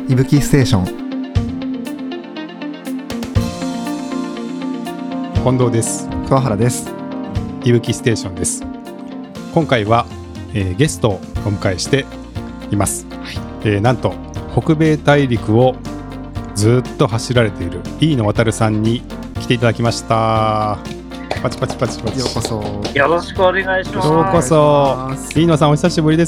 いぶきステーション。 近藤です。 桑原です。 いぶきステーションです。今回は、ゲストをお迎えしています、なんと北米大陸をずっと走られている飯野航さんに来ていただきました。パチパチパチパチ。 ようこそ。 よろしくお願いします。 ようこそ。飯野さんお久しぶりです。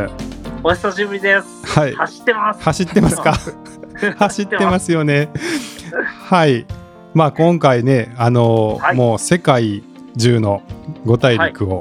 お久しぶりです。 はい。 走ってます。 走ってますか？走ってますよね。はい。まあ今回ね、はい、もう世界中の5大陸を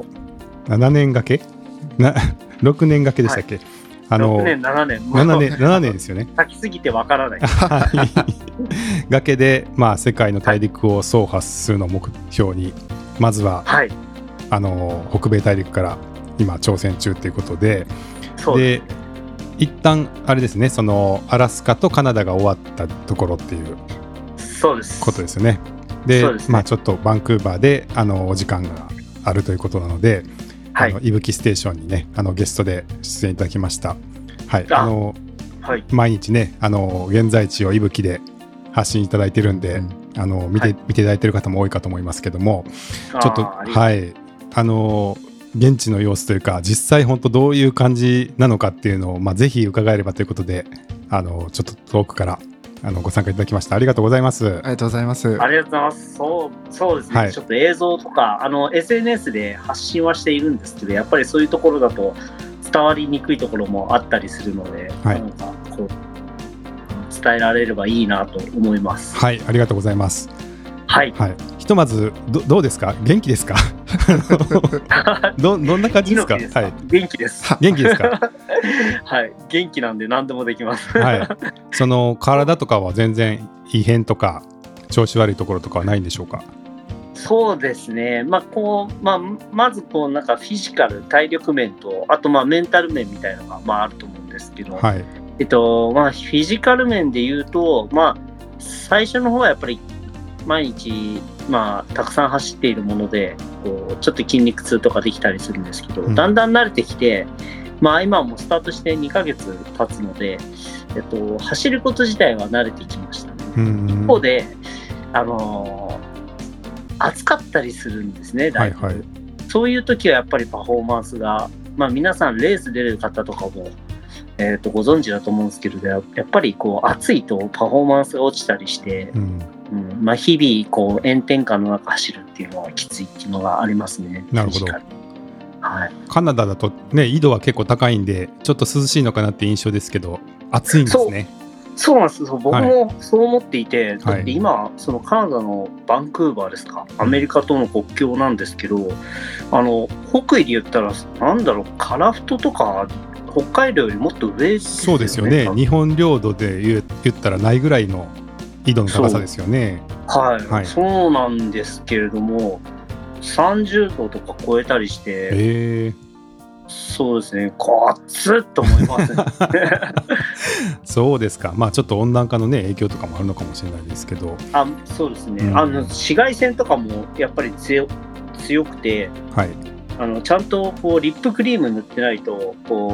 7年がけ、6年がけでしたっけ？ 6年7年 7年ですよね。 先すぎてわからない。 がけで、まあ、世界の大陸を走破するのを目標に、まずは、はい、北米大陸から今挑戦中ということで、で一旦あれですね、そのアラスカとカナダが終わったところっていうことですよね。で、まあ、ちょっとバンクーバーでお時間があるということなので、はい、いぶきステーションにねゲストで出演いただきました。はい、はい、毎日ね現在地をいぶきで発信いただいてるんで、見ていただいてる方も多いかと思いますけども、ちょっとはい現地の様子というか実際本当どういう感じなのかっていうのを、ぜひ伺えればということでちょっと遠くからご参加いただきました。ありがとうございます。 ありがとうございます。 ありがとうございます。そうですね、はい、ちょっと映像とかSNS で発信はしているんですけど、やっぱりそういうところだと伝わりにくいところもあったりするので、はい、なんかこう伝えられればいいなと思います。 はい、ありがとうございます。はい、はい、ひとまず どうですか？元気ですか？どんな感じですか？ はい、元気です。 元気ですか？ はい、元気なんで何でもできます。 はい、その体とかは全然異変とか調子悪いところとかはないんでしょうか？ そうですね、まずなんかフィジカル体力面とあとメンタル面みたいなのがあると思うんですけど、はい、フィジカル面で言うと、最初の方はやっぱり毎日たくさん走っているものでちょっと筋肉痛とかできたりするんですけど、だんだん慣れてきて、今もスタートして2ヶ月経つので、走ること自体は慣れてきましたね。一方で暑かったりするんですね、だいぶ。はいはい、そういう時はやっぱりパフォーマンスが、皆さんレース出る方とかも、ご存知だと思うんですけど、やっぱり暑いとパフォーマンスが落ちたりして、日々炎天下の中走るっていうのはきついっていうのがありますね。 なるほど。 はい、 カナダだとね緯度は結構高いんでちょっと涼しいのかなって印象ですけど暑いんですね。 そうなんです。僕もそう思っていて、だって今そのカナダのバンクーバーですか、アメリカとの国境なんですけど、北緯で言ったらカラフトとか北海道よりもっと上ですよね。そうですよね。 日本領土で言ったらないぐらいの緯度の高さですよね。 はい、そうなんですけれども30度とか超えたりして、そうですね、暑っと思いますね。 そうですか。ちょっと温暖化のね影響とかもあるのかもしれないですけど、 そうですね、紫外線とかもやっぱり強くて、はい、ちゃんとリップクリーム塗ってないと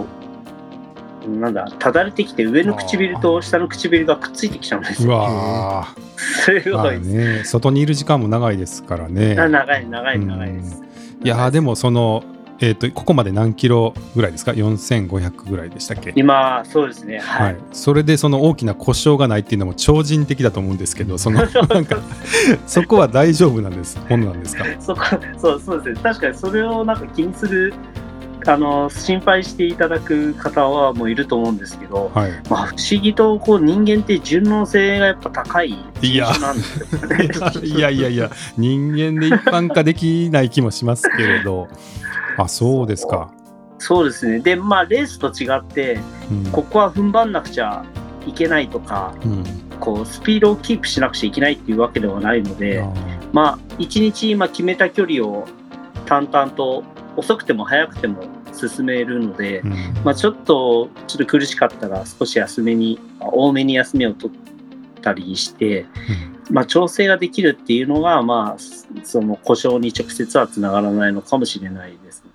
ただれてきて上の唇と下の唇がくっついてきちゃうんですよ。 うわすごいです、 ね、外にいる時間も長いですからね。 長いです。 いやでもここまで何キロぐらいですか？4500ぐらいでしたっけ？ 今そうですね、はい、 それでその大きな故障がないっていうのも超人的だと思うんですけど、そこは大丈夫なんですものなんですか？ そうですね、確かにそれを気にする心配していただく方はもういると思うんですけど、不思議と人間って順応性がやっぱ高い人種なんですよね。 いや人間で一般化できない気もしますけれど。そうですか。 そうですね。でレースと違って、ここは踏ん張んなくちゃいけないとか、スピードをキープしなくちゃいけないっていうわけではないので、1日今決めた距離を淡々と遅くても速くても進めるので、ちょっと苦しかったら少し多めに休みを取ったりして、調整ができるっていうのが、その故障に直接はつながらないのかもしれないですね。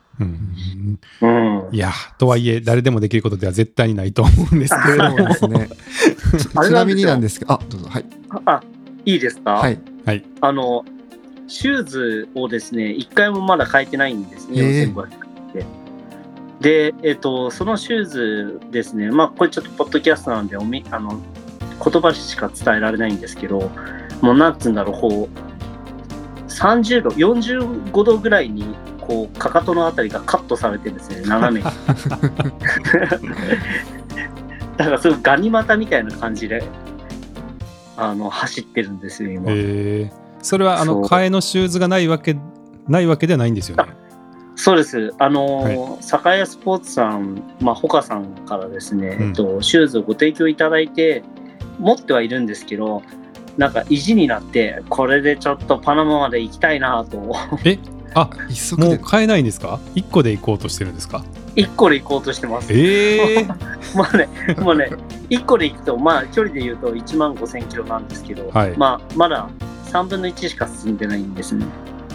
いやとはいえ誰でもできることでは絶対にないと思うんですけれどもですね。 ちなみになんですけど、どうぞ。はい。 いいですか？ はい。 シューズをですね、一回もまだ変えてないんですね、4500で。で、そのシューズですね、これちょっとポッドキャストなんで言葉しか伝えられないんですけど、もうなんつうんだろう、こう30度、45度ぐらいにこうかかとのあたりがカットされてるんですね、斜めに。だからすごいガニ股みたいな感じで走ってるんですよ今。 それは替えのシューズがないわけではないんですよね。 そうです。酒屋スポーツさん、ホカさんからですね、シューズをご提供いただいて持ってはいるんですけど、なんか意地になってこれでちょっとパナマまで行きたいなと。もう買えないんですか？1個で行こうとしてるんですか ？1個で行こうとしてます。もうね1個で行くと距離で言うと15,000キロなんですけど、まだ3分の1しか進んでないんですね。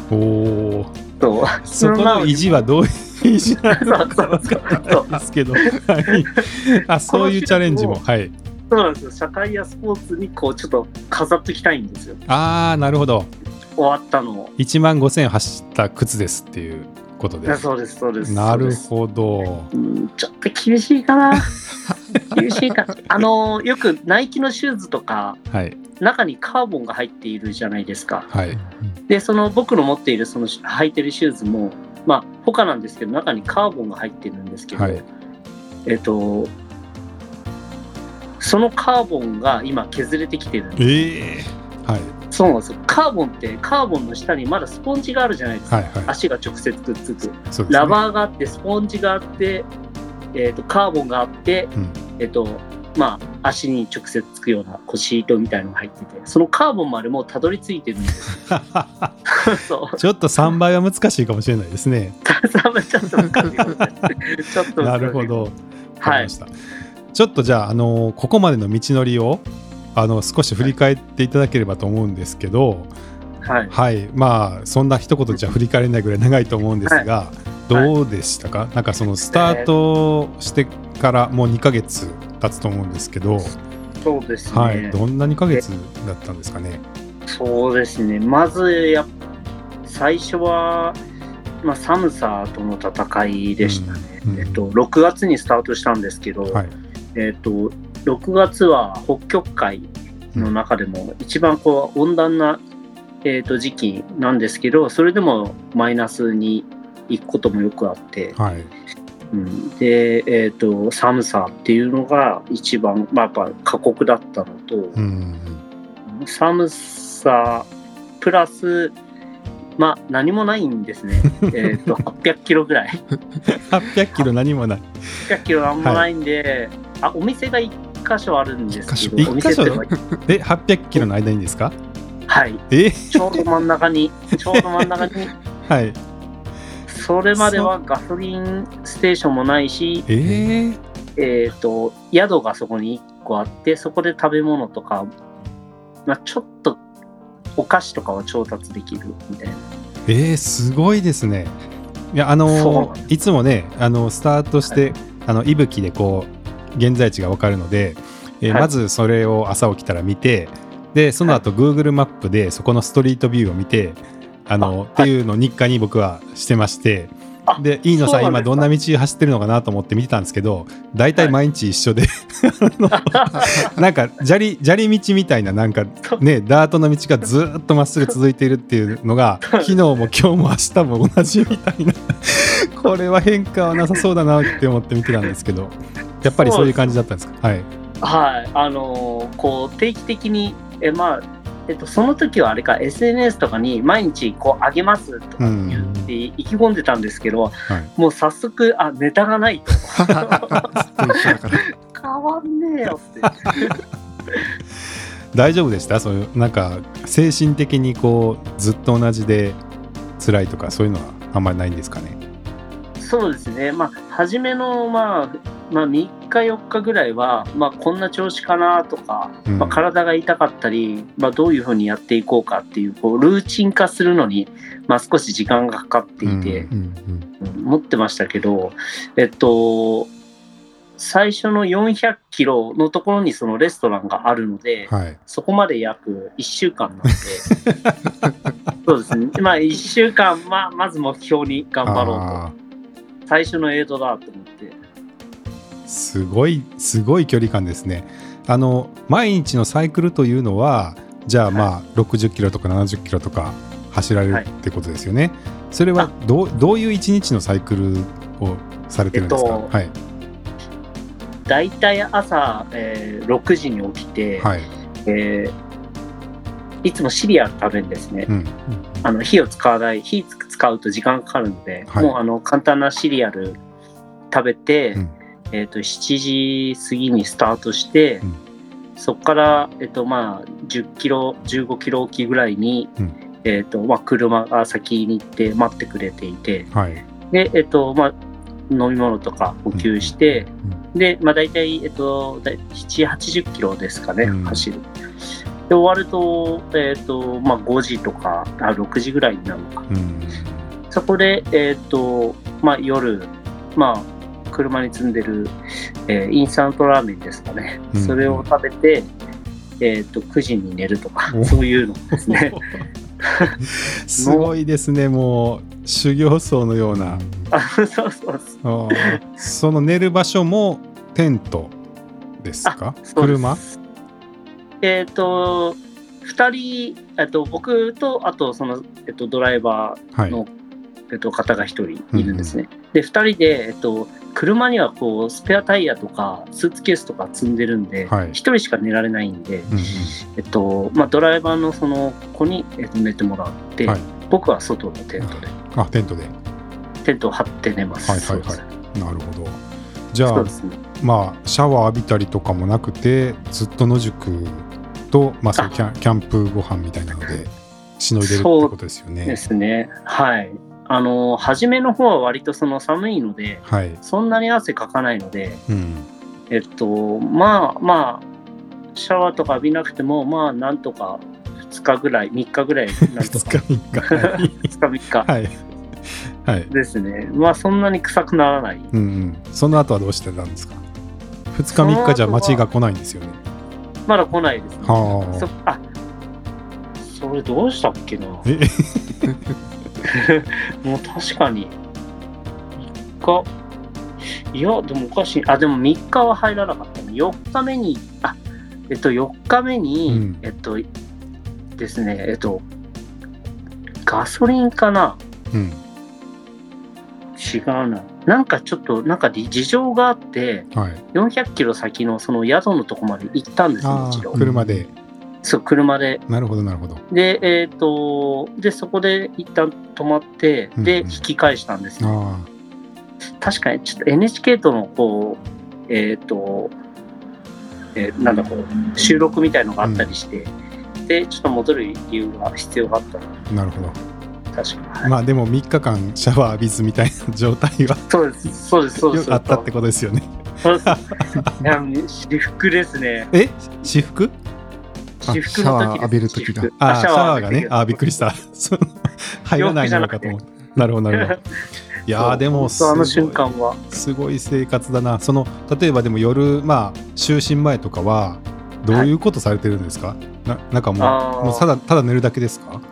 そこの意地はどういう意地なのか分からないですけど、そういうチャレンジも。 そうなんですよ。社会やスポーツにこうちょっと飾っておきたいんですよ。 なるほど。 終わったのを 15,000走った靴ですっていうことで。 そうですそうです。 なるほど。 ちょっと厳しいかな。厳しいか。よくナイキのシューズとか、中にカーボンが入っているじゃないですか。で僕の持っている履いてるシューズも他なんですけど中にカーボンが入ってるんですけど、そのカーボンが今削れてきてるんです。そうなんですよ。カーボンの下にまだスポンジがあるじゃないですか。足が直接くっつく、ラバーがあってスポンジがあって、カーボンがあって、足に直接つくようなシートみたいなのが入ってて、そのカーボンまでもうたどり着いてるんですちょっと3倍は難しいかもしれないですね。 3倍ちょっと難しいかもしれないちょっとなるほど。ちょっとじゃあ、ここまでの道のりを少し振り返っていただければと思うんですけど、そんな一言じゃ振り返れないぐらい長いと思うんですが、どうでしたか？なんかスタートしてからもう2ヶ月経つと思うんですけど、 そうですね。 どんな2ヶ月だったんですかね？ そうですね。まず最初は、寒さとの戦いでしたね。6月にスタートしたんですけど、6月は北極海の中でも一番温暖な、時期なんですけど、それでもマイナスに行くこともよくあって、で、寒さっていうのが一番、やっぱ過酷だったのと、寒さプラス何もないんですね。800キロぐらい。 800キロ何もない。 800キロ何もないんで、お店が1箇所あるんですけど、 1箇所で800キロの間にですか？ ちょうど真ん中に。それまではガソリンステーションもないし、宿がそこに1個あって、そこで食べ物とか、ちょっとお菓子とかは調達できるみたいな。 すごいですね。いやいつもねスタートして息吹で現在地が分かるので、まずそれを朝起きたら見て、でその後 Google マップでそこのストリートビューを見てっていうのを日課に僕はしてまして、で飯野さん今どんな道走ってるのかなと思って見てたんですけど、大体毎日一緒で、なんか砂利道みたいな、なんかねダートの道がずっとまっすぐ続いているっていうのが昨日も今日も明日も同じみたいなこれは変化はなさそうだなって思って見てたんですけど、やっぱりそういう感じだったんですか？ 定期的にその時はあれか SNS とかに毎日上げますとか言って意気込んでたんですけど、もう早速ネタがないと変わんねえよって大丈夫でした？そういうなんか精神的にずっと同じで辛いとかそういうのはあんまりないんですかね？ そうですね。初めの3日4日ぐらいは、こんな調子かなとか、体が痛かったり、どういうふうにやっていこうかっていう、ルーチン化するのに、少し時間がかかっていて、持ってましたけど、 最初の400キロのところにそのレストランがあるので、はい、そこまで約1週間なのでそうですね、まあ、1週間、まず目標に頑張ろうと、最初のエイドだと思って。 すごい距離感ですね。毎日のサイクルというのはじゃあまあ60キロとか70キロとか走られるってことですよね。それはどういう一日のサイクルをされてるんですか？はい、 だいたい朝、6時に起きて、はい、いつもシリアル食べるんですね。火を使わない、火使うと時間かかるので、はい、もう簡単なシリアル食べて、7時過ぎにスタートして、そこから、10キロ15キロおきぐらいに、車が先に行って待ってくれていて、はい、で、飲み物とか補給して、で、大体、7、80キロですかね、走る。で、終わると、5時とか6時ぐらいになるのか。そこで、夜、車に積んでる、インスタントラーメンですかね。それを食べて、9時に寝るとか、そういうのですね。 すごいですね、もう修行僧のような。 そうその寝る場所もテントですか？車 ？2人、僕とあとその、ドライバーの、方が1人いるんですね。で2人で、車にはこうスペアタイヤとかスーツケースとか積んでるんで、1人しか寝られないんで、ドライバーのその子に、寝てもらって、僕は外のテントで。テントを張って寝ます。 なるほど。じゃあ、シャワー浴びたりとかもなくてずっと野宿と、そういうキャンプご飯みたいなのでしのいでるってことですよね。 そうですね。はい。初めの方は割とその寒いので、そんなに汗かかないので、シャワーとか浴びなくてもなんとか2日ぐらい3日ぐらいなんとか2日3日ですね。そんなに臭くならない。 その後はどうしてたんですか？2日3日じゃ街が来ないんですよね。 まだ来ないですね。それどうしたっけな。もう確かに3日、いやでもおかしい。でも3日は入らなかったね。4日目に4日目に、ですね、ガソリンかな、違うな。なんかちょっと事情があって、400キロ先のその宿のとこまで行ったんですよ。 車で。 そう、車で。 なるほど。 で、でそこで一旦止まって、で引き返したんですよ。確かにちょっと NHK とのこう収録みたいのがあったりして、でちょっと戻る理由が必要があった。 なるほど。 確かに。 でも3日間シャワー浴びずみたいな状態はそうですあったってことですよね。 いや、私服ですね。 私服？ 私服の時です。 シャワー浴びる時が。 シャワーがね。びっくりした。入らないのかと思う。なるほど。いやでも瞬間はすごい生活だな。例えばでも夜就寝前とかはどういうことされてるんですか？なんかもうただ寝るだけですか？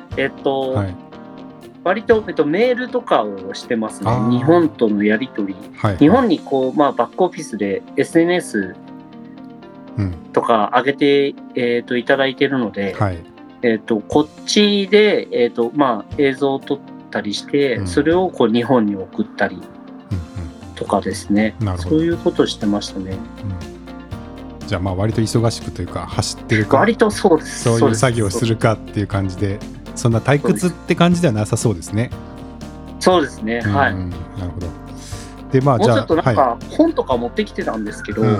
割と、メールとかをしてますね。日本とのやり取り、日本にこう、バックオフィスで SNS とか上げて、いただいているので、こっちで、映像を撮ったりして、それをこう日本に送ったりとかですね。そういうことをしてましたね。 じゃあ割と忙しくというか走ってるか割とそうです。 そういう作業をするかっていう感じで、そんな退屈って感じではなさそうですね。 そうですね。はい。 なるほど。でもうちょっと本とか持ってきてたんですけど、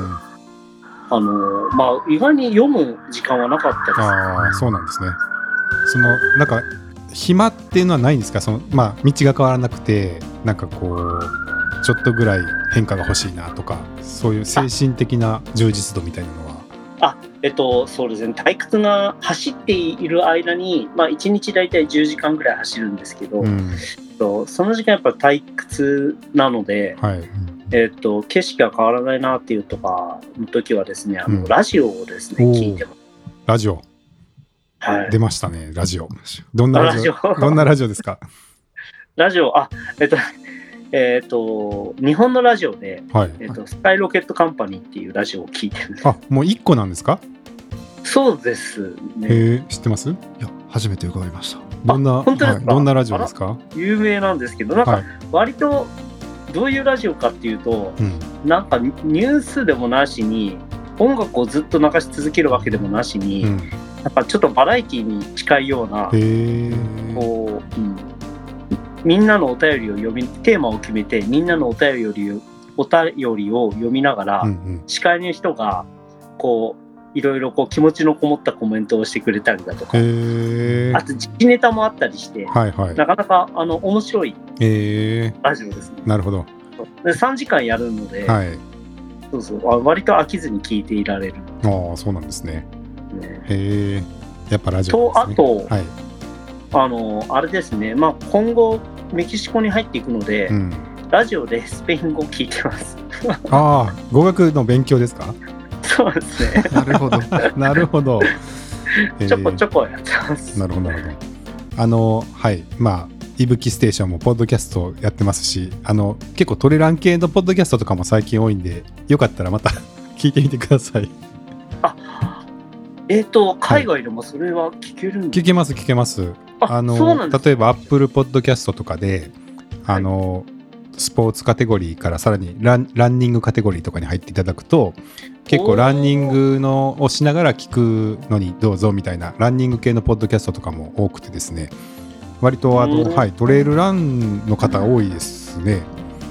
意外に読む時間はなかったです。 そうなんですね。暇っていうのはないんですか？道が変わらなくてちょっとぐらい変化が欲しいなとか、そういう精神的な充実度みたいなのは。 そうですね。退屈な走っている間に、1日だいたい10時間ぐらい走るんですけど、その時間やっぱ退屈なので、 景色が変わらないなっていうとかの時はですね、ラジオをですね、聞いてます。 ラジオ。 はい。 出ましたね、ラジオ。どんなラジオどんなラジオですか？ ラジオ、日本のラジオで、スカイロケットカンパニーっていうラジオを聞いてるんです。 もう1個なんですか？ そうですね。 知ってます？いや、初めて伺いました。 本当ですか？ どんなラジオですか？ 有名なんですけど、なんか割とどういうラジオかっていうと、なんかニュースでもなしに音楽をずっと流し続けるわけでもなしに、なんかちょっとバラエティに近いような、こう、みんなのお便りをテーマを決めて、みんなのお便りを読みながら、司会の人がこういろいろこう気持ちのこもったコメントをしてくれたりだとか、あと時事ネタもあったりして、なかなか面白いラジオですね。 なるほど。 で3時間やるので、割と飽きずに聞いていられる。 そうなんですね。やっぱラジオですね。と、あと、あれですね、今後メキシコに入っていくので、ラジオでスペイン語を聞いてます。 語学の勉強ですか？ そうですね。 なるほど。 なるほど。 ちょこちょこやってます。 なるほど、なるほど。いぶきステーションもポッドキャストやってますし、結構トレラン系のポッドキャストとかも最近多いんで、よかったらまた聞いてみてください。 海外でもそれは聞けるんですか？ 聞けます。 そうなんです。 例えば Apple Podcast とかで、スポーツカテゴリーからさらにランニングカテゴリーとかに入っていただくと、結構ランニングをしながら聞くのにどうぞみたいなランニング系のポッドキャストとかも多くてですね、割とトレイルランの方多いですね。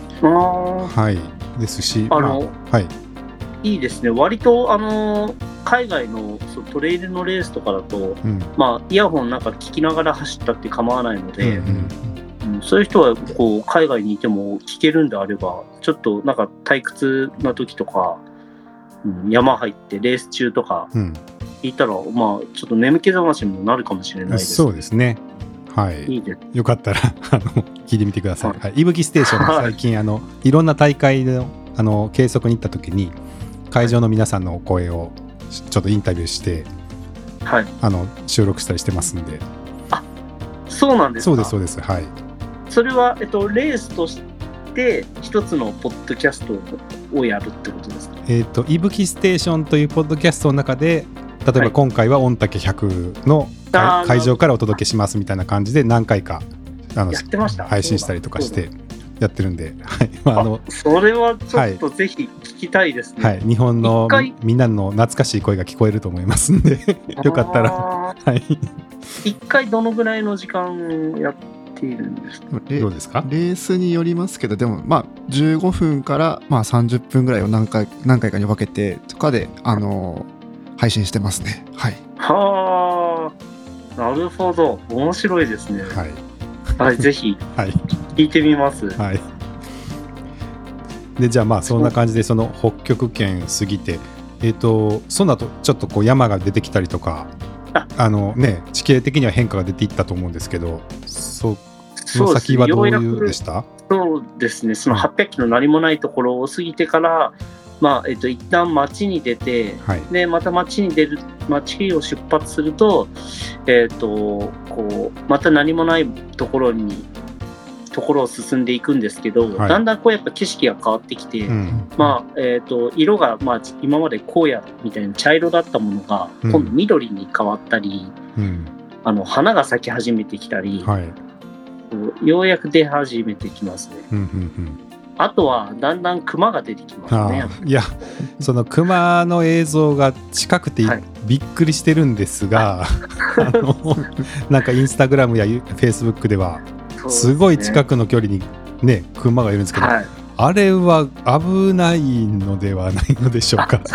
ですし、 いいですね。割と海外のトレイルのレースとかだと、イヤホンなんか聞きながら走ったって構わないので、そういう人はこう海外にいても聞けるんであれば、ちょっとなんか退屈な時とか、山入ってレース中とかいたら、ちょっと眠気覚ましにもなるかもしれないです。 そうですね。いいです。よかったら聞いてみてください。いぶきステーションも最近いろんな大会の計測に行った時に会場の皆さんのお声をちょっとインタビューして、収録したりしてますんで。 そうなんですか？ そうです。 それはレースとして一つのポッドキャストをやるってことですか？ いぶきステーションというポッドキャストの中で、例えば今回は御嶽100の会場からお届けしますみたいな感じで何回か配信したりとかしてやってるんで、 それはちょっとぜひ聞きたいですね。 日本のみんなの懐かしい声が聞こえると思いますんでよかったら。 1回どのぐらいの時間やっているんですか？ どうですか？ レースによりますけど、でも15分から30分ぐらいを何回かに分けてとかで配信してますね。 なるほど、面白いですね。ぜひ聞いてみます。 でじゃあそんな感じでその北極圏過ぎて、その後ちょっとこう山が出てきたりとか、地形的には変化が出ていったと思うんですけど、その先はどういうでした？ そうですね、その800キロ何もないところを過ぎてから、一旦街に出て、でまた街を出発すると、こうまた何もないところを進んでいくんですけど、だんだんこうやっぱ景色が変わってきて、色が今まで荒野みたいな茶色だったものが今度緑に変わったり、花が咲き始めてきたり、ようやく出始めてきますね。あとはだんだん熊が出てきますね。 いや、その熊の映像が近くてびっくりしてるんですが、なんかインスタグラムやフェイスブックではすごい近くの距離にね熊がいるんですけど、あれは危ないのではないのでしょうか？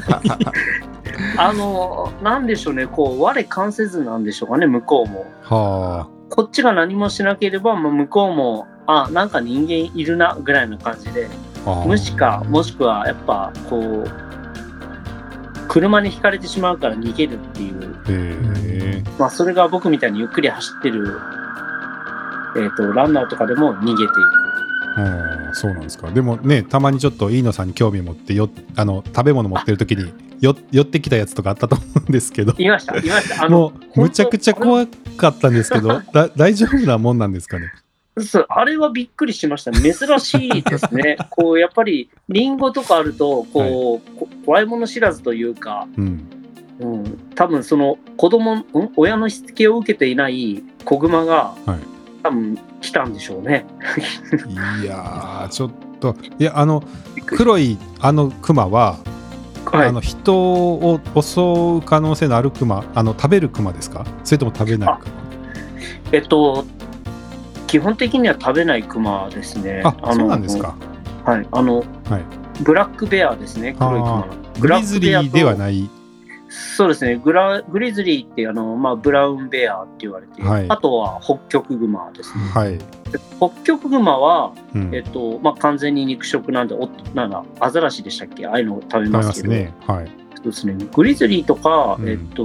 なんでしょうね、こう我関せずなんでしょうかね、向こうも。こっちが何もしなければ、向こうもなんか人間いるなぐらいの感じで、もしくはやっぱこう車にひかれてしまうから逃げるっていう、それが僕みたいにゆっくり走ってる、ランナーとかでも逃げていく。 そうなんですか。でもね、たまにちょっと飯野さんに興味を持って食べ物持ってる時に寄ってきたやつとかあったと思うんですけど、 いましたもうむちゃくちゃ怖かったんですけど大丈夫なもんなんですかね。 そうあれはびっくりしました。珍しいですね。こうやっぱりリンゴとかあると怖いもの知らずというか、多分その親のしつけを受けていない子グマが、多分来たんでしょうね。 いやーちょっと黒いクマは、人を襲う可能性のあるクマ、食べるクマですか？それとも食べないクマ？ 基本的には食べないクマですね。 そうなんですか。 ブラックベアですね、黒いクマ。 グリズリーではない。 そうですね、グリズリーってブラウンベアって言われて、あとは北極グマですね。北極グマは、完全に肉食なんで、アザラシでしたっけ、ああいうのを食べますけど、そうですね、グリズリーとか、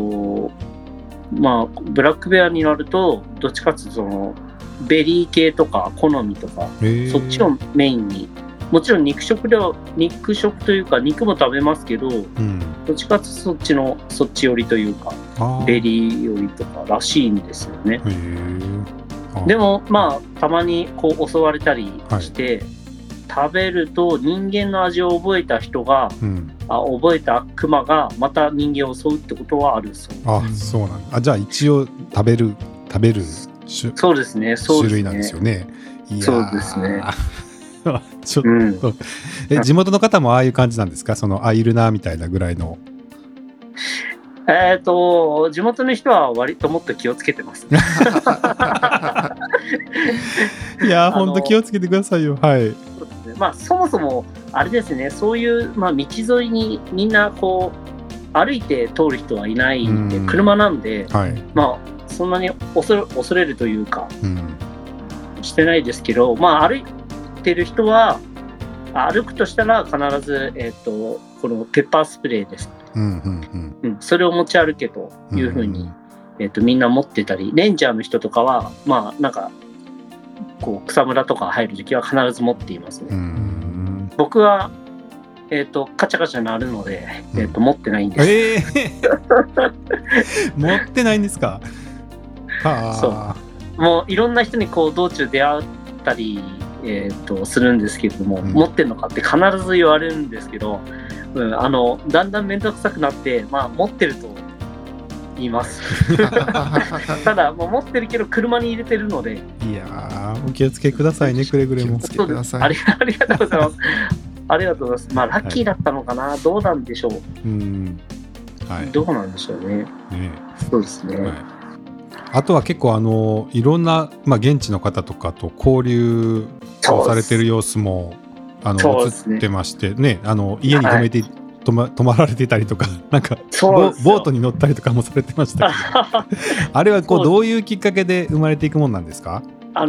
ブラックベアになると、どっちかっていうとベリー系とか好みとか、そっちをメインに。もちろん肉食というか肉も食べますけど、どっちかってそっち寄りというかベリー寄りとからしいんですよね。でもたまにこう襲われたりして、食べると人間の味を覚えた人が、覚えたクマがまた人間を襲うってことはあるそうです。 そうなんだ。じゃあ一応食べるそうですね、 種類なんですよね。 そうですね。 ちょっと、地元の方もああいう感じなんですか？いるなみたいなぐらいの。 地元の人は割ともっと気をつけてます。 いや本当気をつけてくださいよ。そうですね。そもそもあれですね、そういう、道沿いにみんなこう歩いて通る人はいないんで、車なんで、そんなに恐れるというか、してないですけど、歩いてる人は歩くとしたら必ず、このペッパースプレーです、それを持ち歩けというふうに、みんな持ってたり、レンジャーの人とかはこう草むらとか入るときは必ず持っていますね。僕は、カチャカチャ鳴るので、持ってないんです。 持ってないんですか？ そうもういろんな人にこう道中出会ったりするんですけれども、持ってんのかって必ず言われるんですけど、だんだん面倒くさくなって、持ってると言います。ただもう持ってるけど車に入れてるので。 いやお気をつけくださいね、くれぐれも。 ありがとうございます。ありがとうございます。ラッキーだったのかな、どうなんでしょう。どうなんでしょうね。そうですね。 あとは結構いろんな、現地の方とかと交流をされてる様子も映ってましてね、家に泊まられてたりとか、なんかボートに乗ったりとかもされてましたけどあれはどういうきっかけで生まれていくもんなんですか？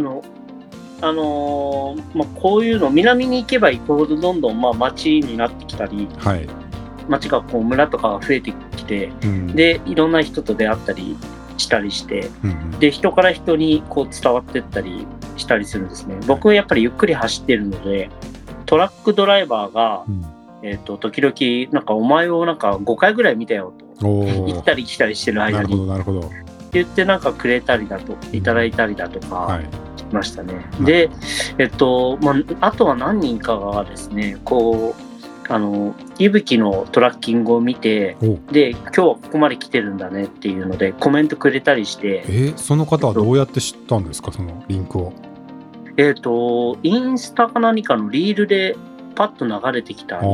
こういうの南に行けば行くほどどんどん町になってきたり、町がこう村とかが増えてきて、でいろんな人と出会ったりしたりして、で人から人にこう伝わっていったりしたりするんですね。僕はやっぱりゆっくり走ってるので、トラックドライバーが、時々なんかお前をなんか5回ぐらい見たよと行ったり来たりしてる間になるほどって言ってなんかくれたりだといただいたりだとかしましたね。で、あとは何人かがですね、こういぶきのトラッキングを見て、で今日はここまで来てるんだねっていうのでコメントくれたりして。 その方はどうやって知ったんですか、そのリンクを？ インスタか何かのリールでパッと流れてきたり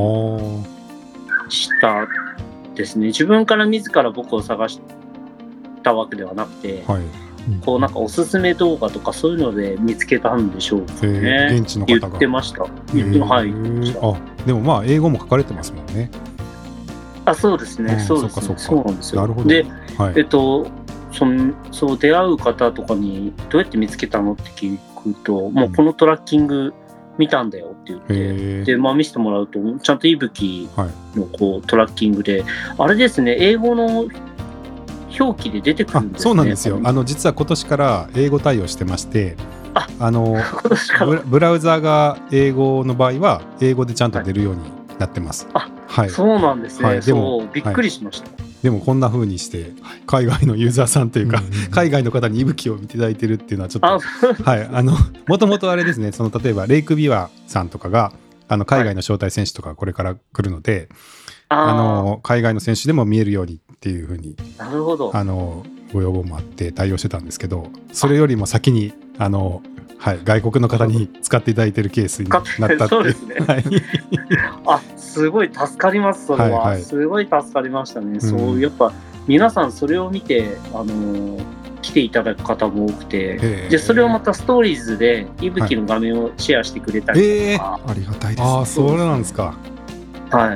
したですね。自分から自ら僕を探したわけではなくて、こうなんかおすすめ動画とかそういうので見つけたんでしょうかね。 現地の方が言ってました。 でも英語も書かれてますもんね。 そうですね。そうですね。そうなんですよ。 なるほど。 で、そう出会う方とかにどうやって見つけたのって聞くと、もうこのトラッキング見たんだよって言って、で見せてもらうとちゃんといぶきのこうトラッキングで、あれですね、英語の表記で出てくるんですね。 そうなんですよ。実は今年から英語対応してまして、 ブラウザーが英語の場合は英語でちゃんと出るようになってます。 はい、そうなんですね。でもびっくりしました。 でもこんな風にして海外のユーザーさんというか、海外の方に息吹を見ていただいてるっていうのはちょっともともとあれですね、例えばレイクビワさんとかが海外の招待選手とかこれから来るので、海外の選手でも見えるようにっていう風になるほどご要望もあって対応してたんですけど、それよりも先に外国の方に使っていただいているケースになったっていう。そうですね。 すごい助かります。それは、すごい助かりましたね。そうやっぱ皆さんそれを見て来ていただく方も多くて、でそれをまたストーリーズでいぶきの画面をシェアしてくれたりとか、 ありがたいですね。 そうなんですか。 はい。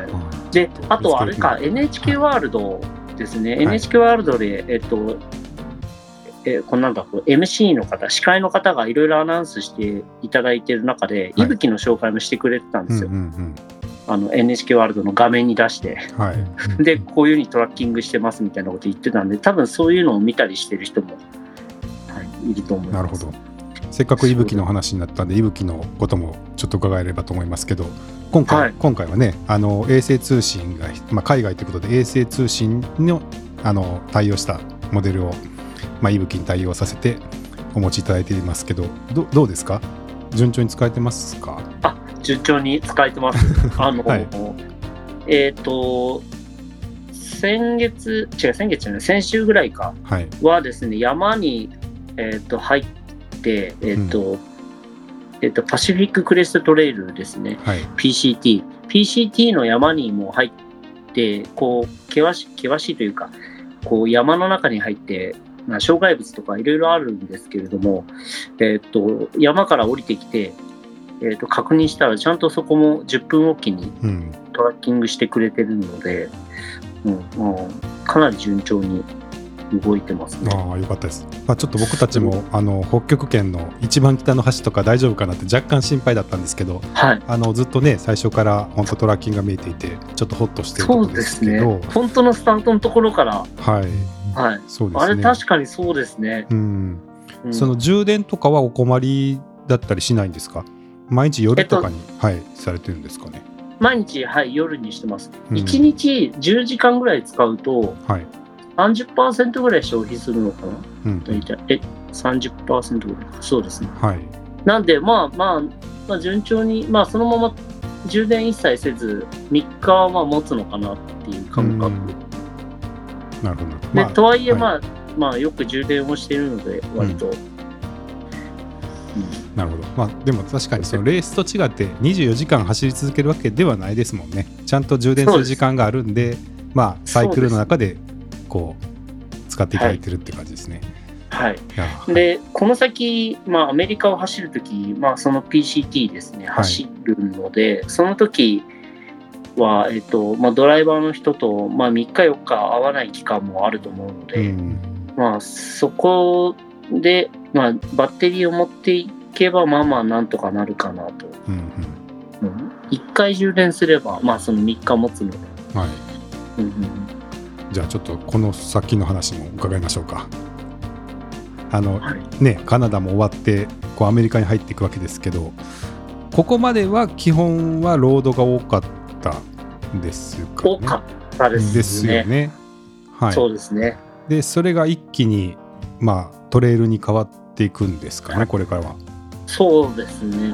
であとあれか NHK ワールドですね。NHK ワールドでこんなんだMC の方、司会の方がいろいろアナウンスしていただいている中で、いぶきの紹介もしてくれてたんですよ。NHK ワールドの画面に出して、でこういう風にトラッキングしてますみたいなこと言ってたんで、多分そういうのを見たりしてる人も、いると思います。 なるほど。せっかくいぶきの話になったんで、いぶきのこともちょっと伺えればと思いますけど、今回はね、衛星通信が、海外ということで衛星通信の対応したモデルをいぶきに対応させてお持ちいただいていますけど、どうですか？順調に使えてますか？ 順調に使えてます。先週ぐらいかはですね、山に、入って、パシフィッククレストトレイルですね、PCT の山にも入って、こう険しいというか、こう山の中に入って、障害物とかいろいろあるんですけれども、山から降りてきて、確認したらちゃんとそこも10分おきにトラッキングしてくれてるので、かなり順調に動いてますね。 よかったです。ちょっと僕たちも北極圏の一番北の橋とか大丈夫かなって若干心配だったんですけど、ずっとね最初から本当トラッキングが見えていてちょっとホッとしてるところですけど、 そうですね。本当のスタートのところから、そうですね。あれ確かにそうですね。 その充電とかはお困りだったりしないんですか？毎日夜とかに、されてるんですかね？ 毎日、夜にしてます。1日10時間ぐらい使うと、30% ぐらい消費するのかな、大体。30% ぐらい。そうですね。なんで、順調に、そのまま充電一切せず、3日は持つのかなっていう感覚。 なるほど。で、とはいえ、よく充電をしているので、割と。 なるほど。でも確かにそのレースと違って24時間走り続けるわけではないですもんね。ちゃんと充電する時間があるんで、サイクルの中でこう使っていただいてるって感じですね。 でこの先、アメリカを走るとき、その PCT ですね、走るので、その時は、ドライバーの人と、3日4日会わない期間もあると思うので、そこで、バッテリーを持っていけばなんとかなるかなと。1回充電すれば、その3日持つので。 じゃあちょっとこの先の話も伺いましょうか。カナダも終わってこうアメリカに入っていくわけですけど、ここまでは基本はロードが多かったんですかね？ 多かったですね。 ですよね。 そうですね。 でそれが一気にトレイルに変わっていくんですかね、これからは。 そうですね。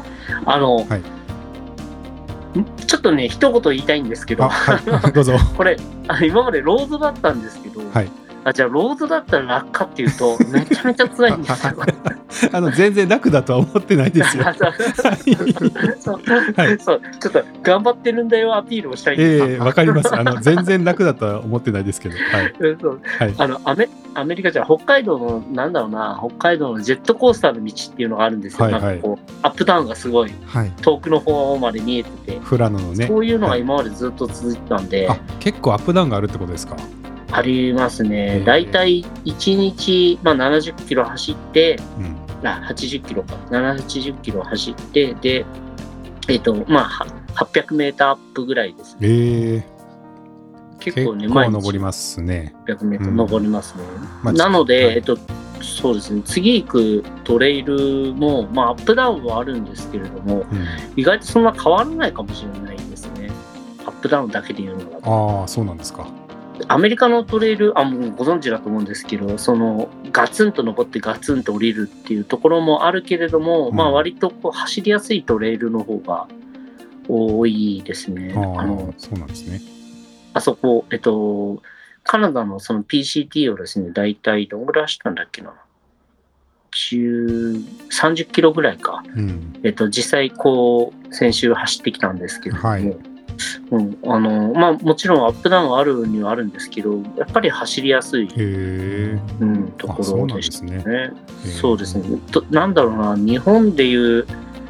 ちょっとね一言言いたいんですけど、 どうぞ。 これ今までロードだったんですけど、じゃあロードだったら楽かっていうとめちゃめちゃ辛いんですよ。 全然楽だとは思ってないですよ。 そうちょっと頑張ってるんだよアピールをしたいんです。 わかります。全然楽だとは思ってないですけど、 アメリカじゃ北海道の北海道のジェットコースターの道っていうのがあるんですよ。アップダウンがすごい遠くの方まで見えてて、 富良野のね、 そういうのが今までずっと続いてたんで、 結構アップダウンがあるってことですか？ ありますね。だいたい1日、70キロ走って、80キロか、70キロ走って、で、800メーターアップぐらいですね。結構ね、 結構登りますね。 800メーター登りますね。なので、 そうですね、次行くトレイルも、アップダウンはあるんですけれども、意外とそんな変わらないかもしれないですね。アップダウンだけで言うのだと。 ああ、そうなんですか。 アメリカのトレイル、もうご存知だと思うんですけど、ガツンと登ってガツンと降りるっていうところもあるけれども、割と走りやすいトレイルの方が多いですね。 そうなんですね。 あそこ、カナダのその PCT をですね、だいたいどんぐらい走ったんだっけな。30キロぐらいか。実際先週走ってきたんですけれども、はい、もちろんアップダウンあるにはあるんですけど、やっぱり走りやすい、ところでしたね。そうですね。なんだろうな、日本でいう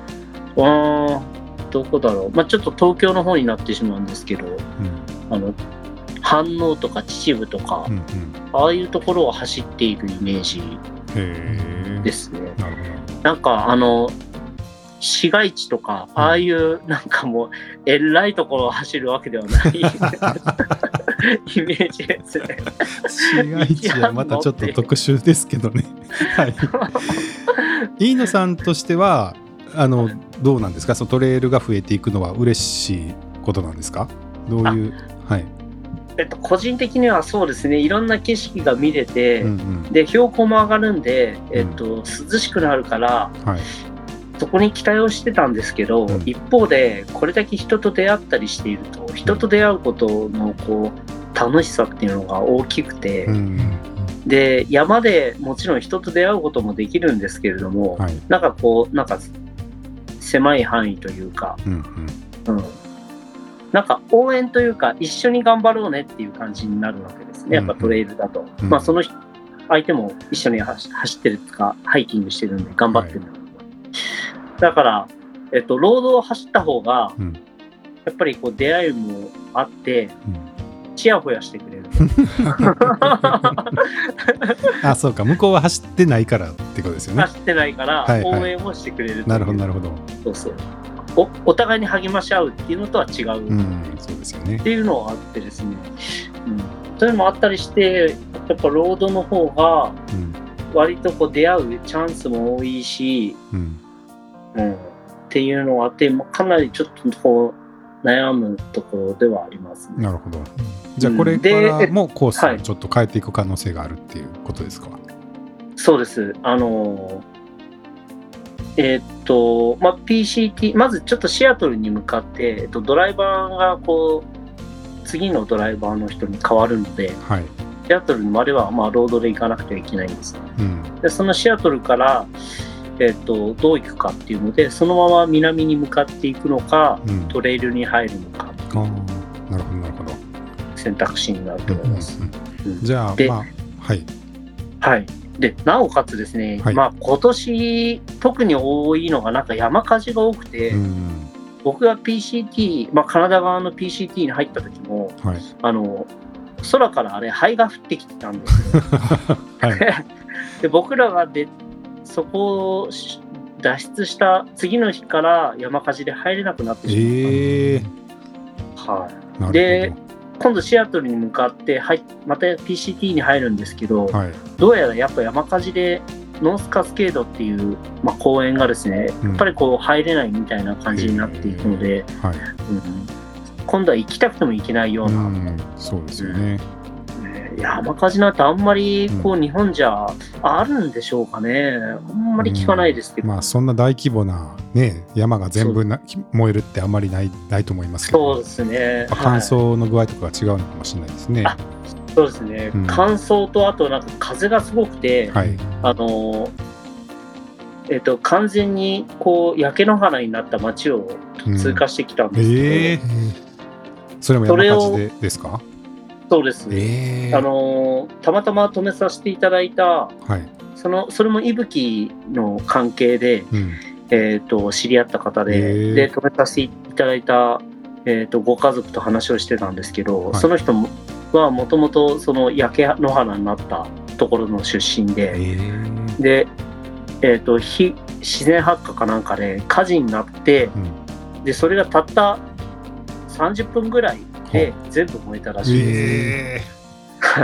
どこだろう、ちょっと東京の方になってしまうんですけど、飯能とか秩父とか、ああいうところを走っているイメージですね。なんか市街地とか、ああいうなんかもうえらいところを走るわけではないイメージですね。 市街地はまたちょっと特殊ですけどね。はい。飯野さんとしてはどうなんですか。トレイルが増えていくのは嬉しいことなんですか。どういう。はい。 個人的にはそうですね、いろんな景色が見れて、で標高も上がるんで、涼しくなるから、はい、そこに期待をしてたんですけど、一方でこれだけ人と出会ったりしていると、人と出会うことの楽しさっていうのが大きくて、で山でもちろん人と出会うこともできるんですけれども、はい、なんか狭い範囲というか、なんか応援というか一緒に頑張ろうねっていう感じになるわけですね。やっぱトレイルだと、その相手も一緒に走ってるとかハイキングしてるんで頑張ってるんだけど、だから、ロードを走った方が、やっぱり出会いもあって、チヤホヤしてくれる。 そうか、向こうは走ってないからってことですよね。 走ってないから応援をしてくれる。 なるほどなるほど。 そうそう。お互いに励まし合うっていうのとは違う、 そうですよね。 っていうのがあってですね、そういうのもあったりして、やっぱロードの方が割と出会うチャンスも多いし、っていうのがあって、かなりちょっと悩むところではありますね。 なるほど。じゃあこれからもコースをちょっと変えていく可能性があるっていうことですか。 そうです。PCT、まずちょっとシアトルに向かって、ドライバーが次のドライバーの人に変わるので、はい、シアトルまではロードで行かなくてはいけないんですね。でそのシアトルから、どう行くかっていうので、そのまま南に向かっていくのか、トレイルに入るのか、 なるほどなるほど、 選択肢になると思います。 じゃあはいはい。でなおかつですね、今年特に多いのがなんか山火事が多くて、僕が PCT、カナダ側の PCT に入った時も、空から灰が降ってきてたんですよ。で僕らがそこを脱出した次の日から山火事で入れなくなってしまった。で今度シアトルに向かってまた PCT に入るんですけど、どうやらやっぱ山火事でノースカスケードっていう、公園がですね、やっぱり入れないみたいな感じになっていくので、今度は行きたくても行けないような、 そうですよね。 山火事なんてあんまり日本じゃあるんでしょうかね。あんまり聞かないですけど、 そんな大規模な、山が全部燃えるってあんまりないと思いますけど、 そうですね。 乾燥の具合とかが違うのかもしれないですね。 そうですね、乾燥とあとなんか風がすごくて、完全に焼け野原になった街を通過してきたんですけど、 それも山火事でですか？ そうです、たまたま止めさせていただいた、それも息吹の関係で、知り合った方で、止めさせていただいた、ご家族と話をしてたんですけど、その人はもともとその焼け野原になったところの出身で、自然発火かなんかで火事になって、でそれがたった30分ぐらいで全部燃えたらしいです。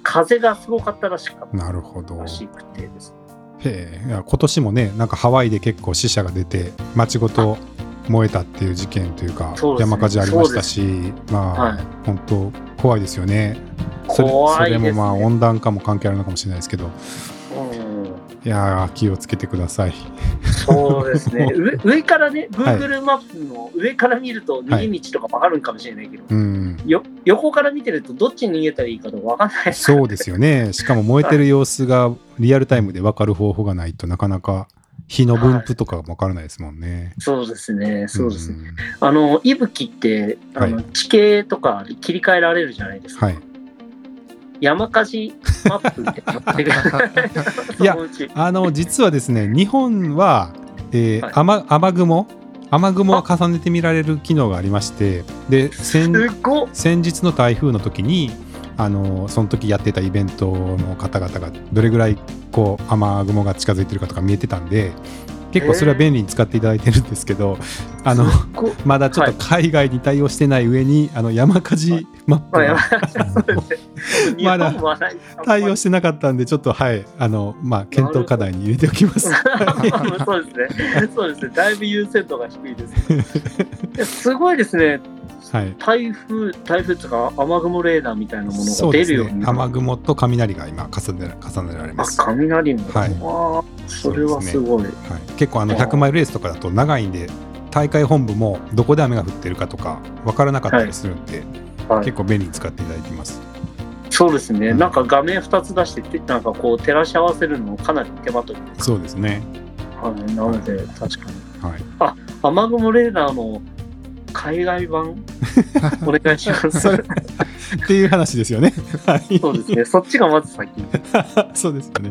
風がすごかったらしくて。 なるほど。 らしくてですね。 へえ。今年もね、なんかハワイで結構死者が出て街ごと燃えたっていう事件というか、山火事ありましたし、まあ、本当怖いですよね。それもまあ温暖化も関係あるのかもしれないですけど、いや気をつけてください。 そうですね。上からね、Google マップの上から見ると逃げ道とか分かるんかもしれないけど、横から見てるとどっちに逃げたらいいかとか分かんない。 そうですよね。しかも燃えてる様子がリアルタイムで分かる方法がないとなかなか火の分布とかも分からないですもんね。 そうですね。そうですね。息吹って地形とか切り替えられるじゃないですか。山火事マップっていや、実はですね、日本は、雨雲を重ねて見られる機能がありまして、で先日の台風の時にその時やってたイベントの方々がどれぐらいこう雨雲が近づいてるかとか見えてたんで、結構それは便利に使っていただいてるんですけど、まだちょっと海外に対応してない上に山火事マップがまだ対応してなかったんで、ちょっと検討課題に入れておきます。 そうですね。そうですね。だいぶ優先度が低いです。すごいですね。台風とか雨雲レーダーみたいなものが出るように、 雨雲と雷が今重ねられます。 雷も、それはすごい。 結構100マイルレースとかだと長いんで、大会本部もどこで雨が降ってるかとか分からなかったりするんで、結構便利に使っていただいています。 そうですね。なんか画面2つ出してなんかこう照らし合わせるのもかなり手間取り。 そうですね。 なので確かに。雨雲レーダーの海外版お願いしますっていう話ですよね。 そうですね。そっちがまず先そうですよね。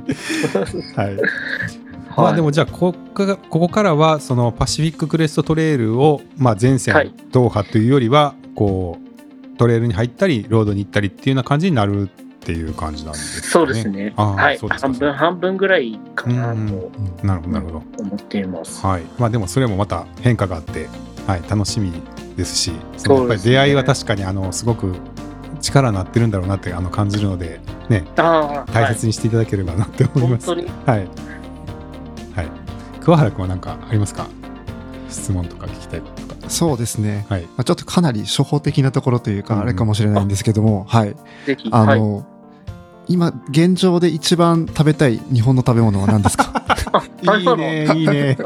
まあでもじゃあここからはそのパシフィッククレストトレイルを全線踏破というよりはこうトレイルに入ったりロードに行ったりっていうような感じになるっていう感じなんですね。 そうですね。半分ぐらいかなとなるほど思っています。 まあでもそれもまた変化があって、楽しみですし、やっぱり出会いは確かにすごく力になってるんだろうなって感じるのでね、大切にしていただければなって思います。 本当に。 桑原君は何かありますか？質問とか聞きたいこととか。 そうですね。ちょっとかなり初歩的なところというかあれかもしれないんですけども、 ぜひ今現状で一番食べたい日本の食べ物は何ですか？ いいね。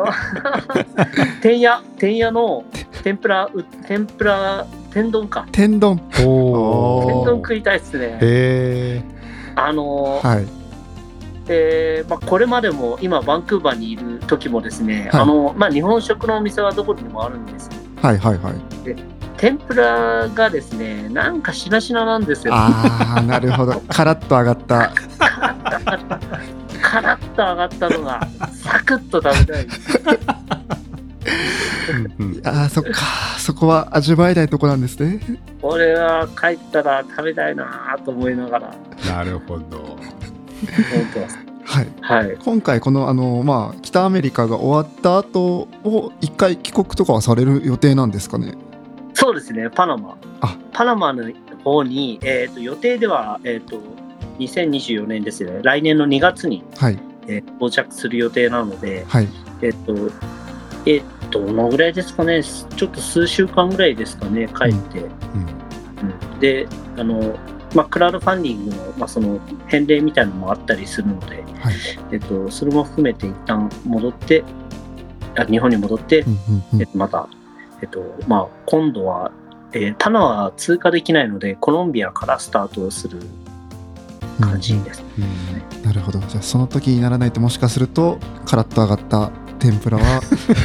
天屋の天ぷら天丼か。 天丼食いたいですね。これまでも今バンクーバーにいる時もですね、日本食のお店はどこにもあるんですよ。で天ぷらがですね、なんかしなしななんですよ。 なるほど。カラッと揚がったカラッと揚がったのがサクッと食べたい。 そっか、そこは味わえないとこなんですね。 俺は帰ったら食べたいなと思いながら。 なるほど。 今回この北アメリカが終わった後を一回帰国とかはされる予定なんですかね？ そうですね。パナマの方に、予定では、2024年ですね。来年の2月に、到着する予定なので、どのぐらいですかね。ちょっと数週間ぐらいですかね、帰って。で、クラウドファンディングの、その返礼みたいなのもあったりするので、それも含めて一旦戻って日本に戻って、また、今度は、パナマは通過できないのでコロンビアからスタートをする感じです、 なるほど。じゃあその時にならないともしかするとカラッと揚がった天ぷらは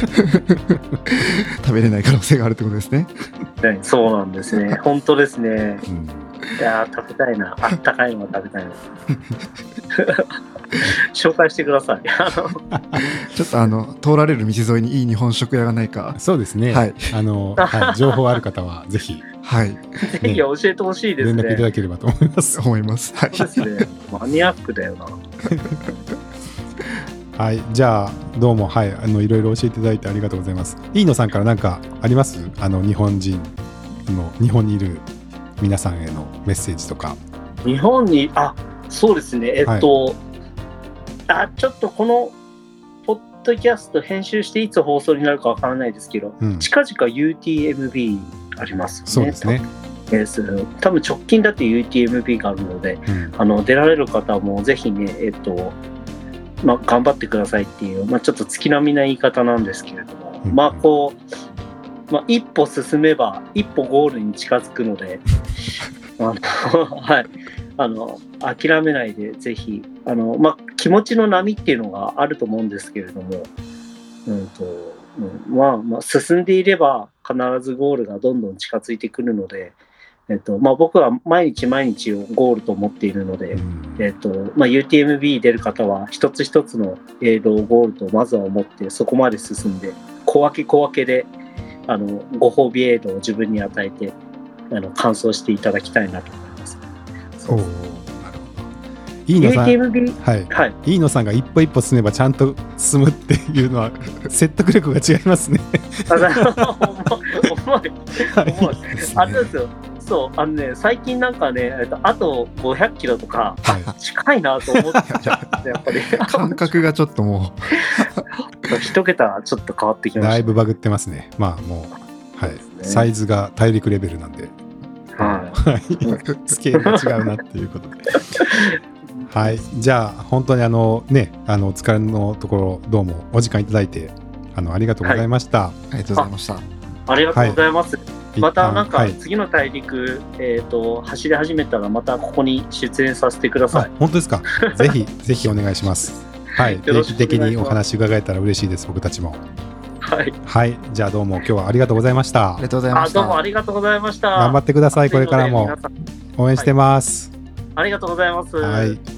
食べれない可能性があるってことですね。 そうなんですね。本当ですね。いや食べたいな。あったかいの食べたいな。紹介してください。 ちょっと通られる道沿いにいい日本食屋がないか。 そうですね。情報ある方はぜひぜひ教えてほしいですね。 連絡いただければと思います。 思います。 そうですね。マニアックだよな。 じゃあどうもいろいろ教えていただいてありがとうございます。飯野さんから何かあります？日本にいる皆さんへのメッセージとか。 日本にそうですね。ちょっとこのポッドキャスト編集していつ放送になるかわからないですけど、近々 UTMB ありますよね。 そうですね。 多分直近だって UTMB があるので、出られる方もぜひね、頑張ってくださいっていう、ちょっと月並みな言い方なんですけれども、一歩進めば一歩ゴールに近づくので、はい、諦めないでぜひ気持ちの波っていうのがあると思うんですけれども、進んでいれば必ずゴールがどんどん近づいてくるので、僕は毎日毎日をゴールと思っているので、UTMB 出る方は一つ一つのエイドをゴールとまずは思ってそこまで進んで小分けでご褒美エイドを自分に与えて完走していただきたいなと思います。 なるほど。飯野さん、飯野さんが一歩一歩進めばちゃんと進むっていうのは説得力が違いますね。 重い。あれですよ。そう最近なんかね、あと500キロとか近いなと思ってちゃってやっぱり感覚がちょっともう一桁ちょっな変わってきました、 だいぶバグってますね。もう、サイズが大陸レベルなんで、スケールが違うなっていうことではい、じゃあ本当にお疲れのところどうもお時間いただいてありがとうございました。 ありがとうございました。 ありがとうございます。またなんか次の大陸、走り始めたらまたここに出演させてください。 本当ですか。ぜひお願いします。定期的にお話伺えたら嬉しいです。僕たちも。はい、じゃあどうも今日はありがとうございました。 ありがとうございました。 どうもありがとうございました。 頑張ってください。これからも応援してます。 ありがとうございます。 はい。